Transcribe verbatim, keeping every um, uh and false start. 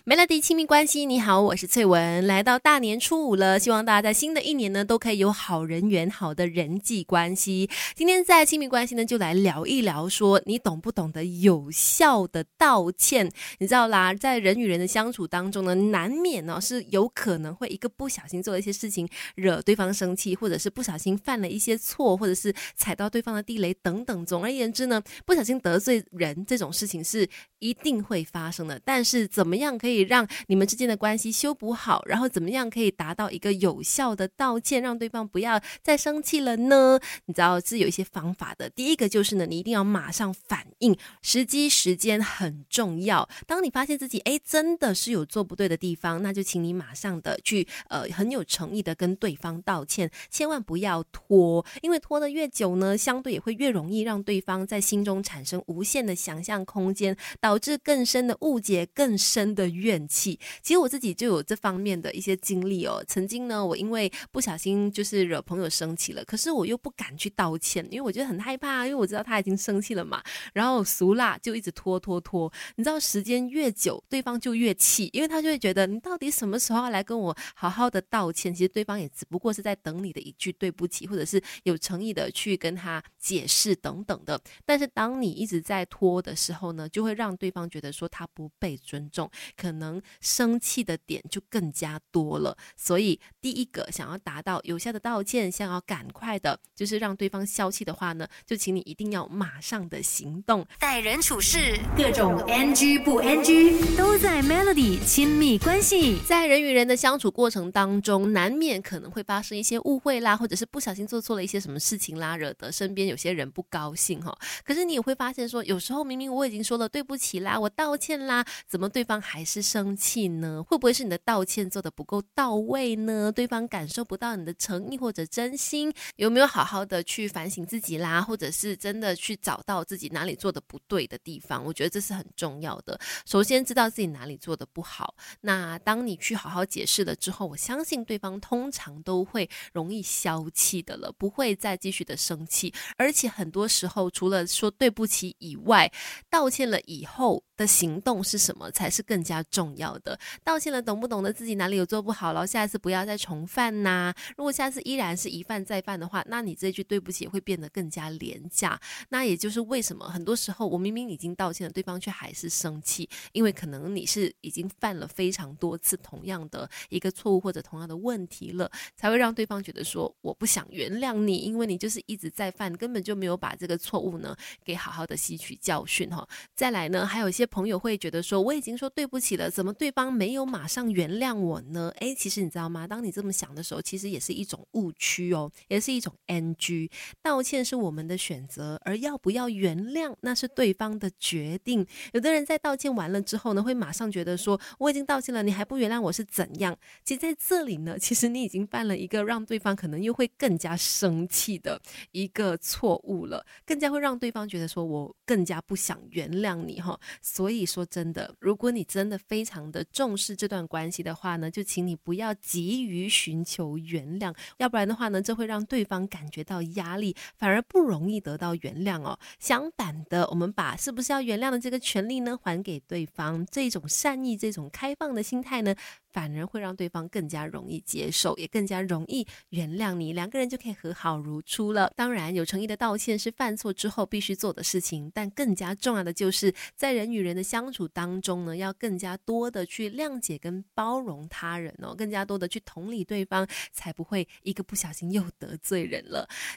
Melody 亲密关系，你好，我是翠文。来到大年初五了，希望大家在新的一年呢都可以有好人缘，好的人际关系。今天在亲密关系呢，就来聊一聊说你懂不懂得有效的道歉。你知道啦，在人与人的相处当中呢，难免呢是有可能会一个不小心做了一些事情惹对方生气，或者是不小心犯了一些错，或者是踩到对方的地雷等等。总而言之呢，不小心得罪人这种事情是一定会发生的。但是怎么样可以让你们之间的关系修补好，然后怎么样可以达到一个有效的道歉，让对方不要再生气了呢？你知道是有一些方法的。第一个就是呢，你一定要马上反应，时机时间很重要。当你发现自己诶真的是有做不对的地方，那就请你马上的去呃很有诚意的跟对方道歉，千万不要拖，因为拖得越久呢，相对也会越容易让对方在心中产生无限的想象空间，导致更深的误解，更深的怨气。其实我自己就有这方面的一些经历哦。曾经呢，我因为不小心就是惹朋友生气了，可是我又不敢去道歉，因为我觉得很害怕，因为我知道他已经生气了嘛。然后俗辣就一直拖拖拖，你知道时间越久，对方就越气，因为他就会觉得你到底什么时候要来跟我好好的道歉？其实对方也只不过是在等你的一句对不起，或者是有诚意的去跟他解释等等的。但是当你一直在拖的时候呢，就会让对方觉得说他不被尊重，可能生气的点就更加多了。所以第一个想要达到有效的道歉，想要赶快的就是让对方消气的话呢，就请你一定要马上的行动。 待人处事各种 N G 不 N G 都在 Melody 亲密关系。 在人与人的相处过程当中，难免可能会发生一些误会啦，或者是不小心做错了一些什么事情啦，惹得身边有些人不高兴哈。可是你也会发现说，有时候明明我已经说了对不起啦，我道歉啦，怎么对方还是生气呢？会不会是你的道歉做得不够到位呢？对方感受不到你的诚意或者真心？有没有好好的去反省自己啦，或者是真的去找到自己哪里做的不对的地方？我觉得这是很重要的。首先知道自己哪里做的不好，那当你去好好解释了之后，我相信对方通常都会容易消气的了，不会再继续的生气。而且很多时候除了说对不起以外，道歉了以后的行动是什么才是更加重要的。道歉了懂不懂得自己哪里有做不好，然后下次不要再重犯呐、啊。如果下次依然是一犯再犯的话，那你这句对不起会变得更加廉价。那也就是为什么很多时候我明明已经道歉了，对方却还是生气，因为可能你是已经犯了非常多次同样的一个错误或者同样的问题了，才会让对方觉得说我不想原谅你，因为你就是一直在犯，根本就没有把这个错误呢给好好的吸取教训哈。再来呢，还有一些朋友会觉得说，我已经说对不起了，怎么对方没有马上原谅我呢？诶，其实你知道吗？当你这么想的时候，其实也是一种误区哦，也是一种 N G。 道歉是我们的选择，而要不要原谅那是对方的决定。有的人在道歉完了之后呢，会马上觉得说我已经道歉了，你还不原谅我是怎样？其实在这里呢，其实你已经犯了一个让对方可能又会更加生气的一个错误了，更加会让对方觉得说我更加不想原谅你哈。所以说真的，如果你真的非常的重视这段关系的话呢，就请你不要急于寻求原谅，要不然的话呢，这会让对方感觉到压力，反而不容易得到原谅哦。相反的，我们把是不是要原谅的这个权利呢还给对方，这种善意，这种开放的心态呢，反而会让对方更加容易接受，也更加容易原谅你，两个人就可以和好如初了。当然有诚意的道歉是犯错之后必须做的事情，但更加重要的就是在人与人的相处当中呢，要更加多的去谅解跟包容他人哦，更加多的去同理对方，才不会一个不小心又得罪人了。